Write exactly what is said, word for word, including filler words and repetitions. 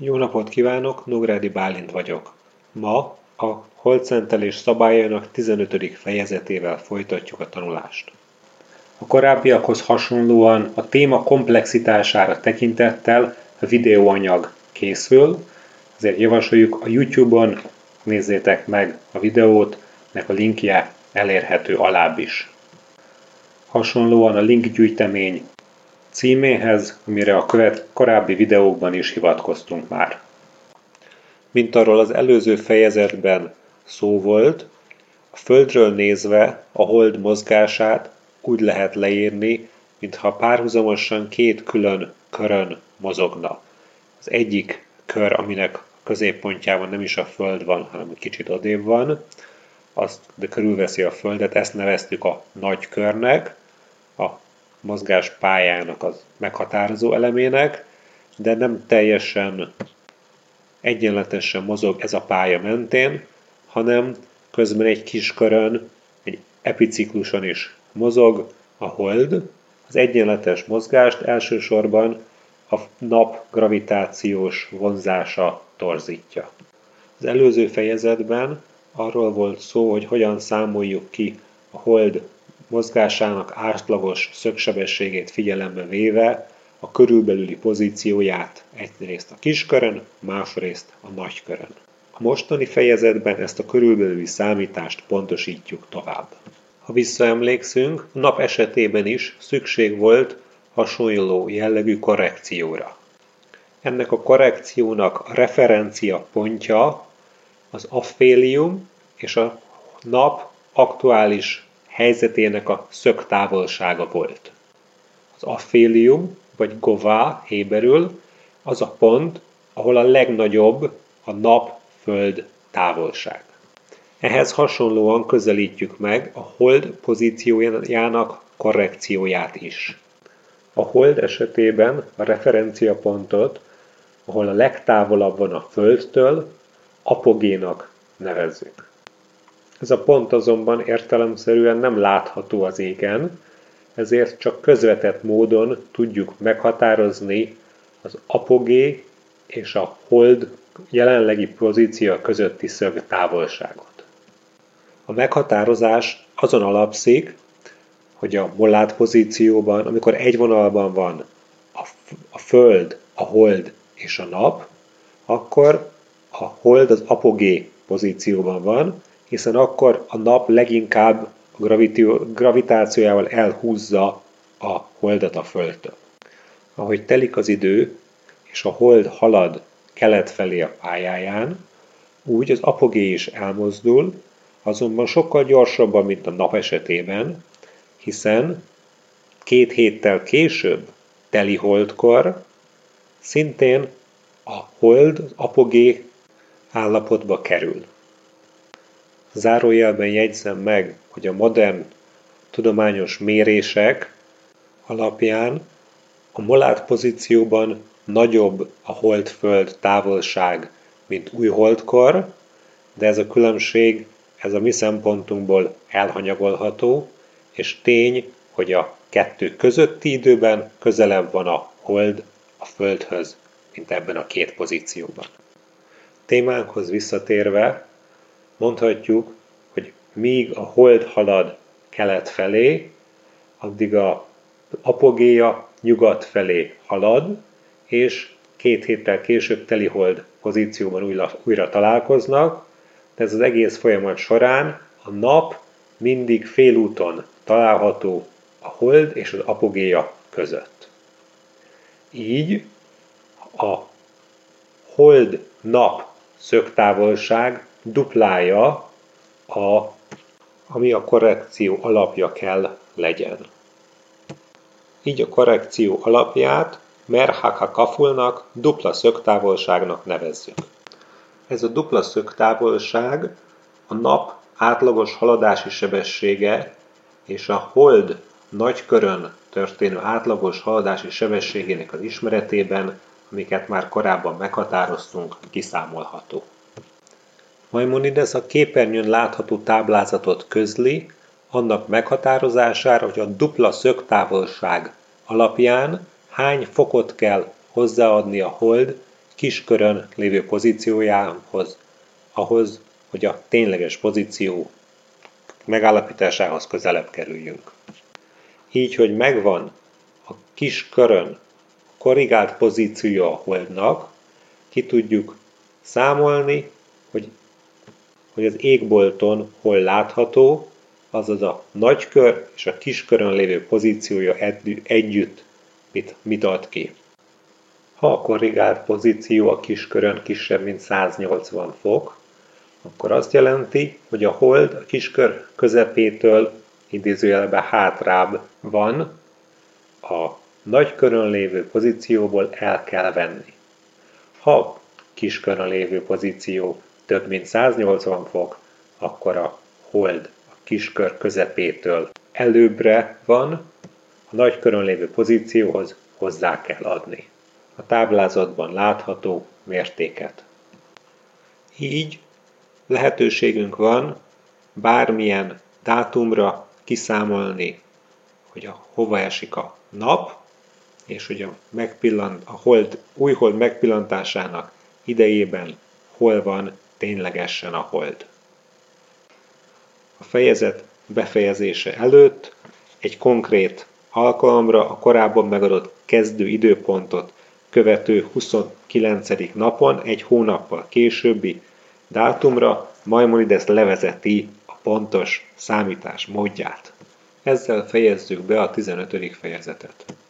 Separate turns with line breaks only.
Jó napot kívánok, Nógrádi Bálint vagyok. Ma a holdszentelés szabályainak tizenötödik fejezetével folytatjuk a tanulást. A korábbiakhoz hasonlóan a téma komplexitására tekintettel a videóanyag készül, ezért javasoljuk a YouTube-on nézzétek meg a videót, nek a linkje elérhető alább is. Hasonlóan a linkgyűjtemény címéhez, amire a követ korábbi videókban is hivatkoztunk már. Mint arról az előző fejezetben szó volt, a Földről nézve a hold mozgását úgy lehet leírni, mintha párhuzamosan két külön körön mozogna. Az egyik kör, aminek a középpontjában nem is a Föld van, hanem egy kicsit odébb van, azt, de körülveszi a Földet, ezt neveztük a nagy körnek, a mozgás pályának az meghatározó elemének, de nem teljesen egyenletesen mozog ez a pálya mentén, hanem közben egy kis körön, egy epicikluson is mozog a hold. Az egyenletes mozgást elsősorban a nap gravitációs vonzása torzítja. Az előző fejezetben arról volt szó, hogy hogyan számoljuk ki a hold mozgásának átlagos szögsebességét figyelembe véve a körülbelüli pozícióját egyrészt a kiskörön, másrészt a nagykörön. A mostani fejezetben ezt a körülbelüli számítást pontosítjuk tovább. Ha visszaemlékszünk, a nap esetében is szükség volt hasonló jellegű korrekcióra. Ennek a korrekciónak a referencia pontja az aphelium és a nap aktuális helyzetének a szögtávolsága volt. Az aphelium, vagy gová héberül, az a pont, ahol a legnagyobb a nap-föld távolság. Ehhez hasonlóan közelítjük meg a hold pozíciójának korrekcióját is. A hold esetében a referenciapontot, ahol a legtávolabb van a Földtől, apogénak nevezzük. Ez a pont azonban értelemszerűen nem látható az égen, ezért csak közvetett módon tudjuk meghatározni az apogé és a hold jelenlegi pozíció közötti szögtávolságot. A meghatározás azon alapszik, hogy a mollád pozícióban, amikor egy vonalban van a Föld, a hold és a nap, akkor a hold az apogé pozícióban van, hiszen akkor a nap leginkább a gravitációjával elhúzza a holdat a Földtől. Ahogy telik az idő, és a hold halad kelet felé a pályáján, úgy az apogé is elmozdul, azonban sokkal gyorsabban, mint a nap esetében, hiszen két héttel később, teli holdkor, szintén a hold az apogé állapotba kerül. Zárójelben jegyzem meg, hogy a modern tudományos mérések alapján a mollád pozícióban nagyobb a hold-föld távolság, mint új holdkor, de ez a különbség, ez a mi szempontunkból elhanyagolható, és tény, hogy a kettő közötti időben közelebb van a hold a Földhöz, mint ebben a két pozícióban. Témánkhoz visszatérve, mondhatjuk, hogy míg a hold halad kelet felé, addig az apogéja nyugat felé halad, és két héttel később teli hold pozícióban újra, újra találkoznak, de ez az egész folyamat során a nap mindig félúton található a hold és az apogéja között. Így a hold-nap szögtávolság duplája, a, ami a korrekció alapja kell legyen. Így a korrekció alapját merhaka kafulnak, dupla szögtávolságnak nevezzük. Ez a dupla szögtávolság a nap átlagos haladási sebessége és a hold nagykörön történő átlagos haladási sebességének az ismeretében, amiket már korábban meghatároztunk, kiszámolható. Maimonides a képernyőn látható táblázatot közli, annak meghatározására, hogy a dupla szögtávolság alapján hány fokot kell hozzáadni a hold kiskörön lévő pozíciójához, ahhoz, hogy a tényleges pozíció megállapításához közelebb kerüljünk. Így, hogy megvan a kiskörön korrigált pozíciója a Holdnak, ki tudjuk számolni, hogy, hogy az égbolton hol látható, azaz a nagykör és a kiskörön lévő pozíciója együtt mit, mit ad ki. Ha a korrigált pozíció a kiskörön kisebb, mint száznyolcvan fok, akkor azt jelenti, hogy a Hold a kiskör közepétől idézőjelben hátrább van, a nagykörön lévő pozícióból el kell venni. Ha a kiskörön lévő pozíció több mint száznyolcvan fok, akkor a Hold a kiskör közepétől előbbre van, a nagykörön lévő pozícióhoz hozzá kell adni a táblázatban látható mértéket. Így lehetőségünk van bármilyen dátumra kiszámolni, hogy a, hova esik a nap, és hogy a, megpillant, a hold, új hold megpillantásának idejében hol van ténylegesen a hold. A fejezet befejezése előtt egy konkrét alkalomra a korábban megadott kezdő időpontot követő huszonkilencedik napon, egy hónappal későbbi dátumra Maimonides levezeti a pontos számítás módját. Ezzel fejezzük be a tizenötödik fejezetet.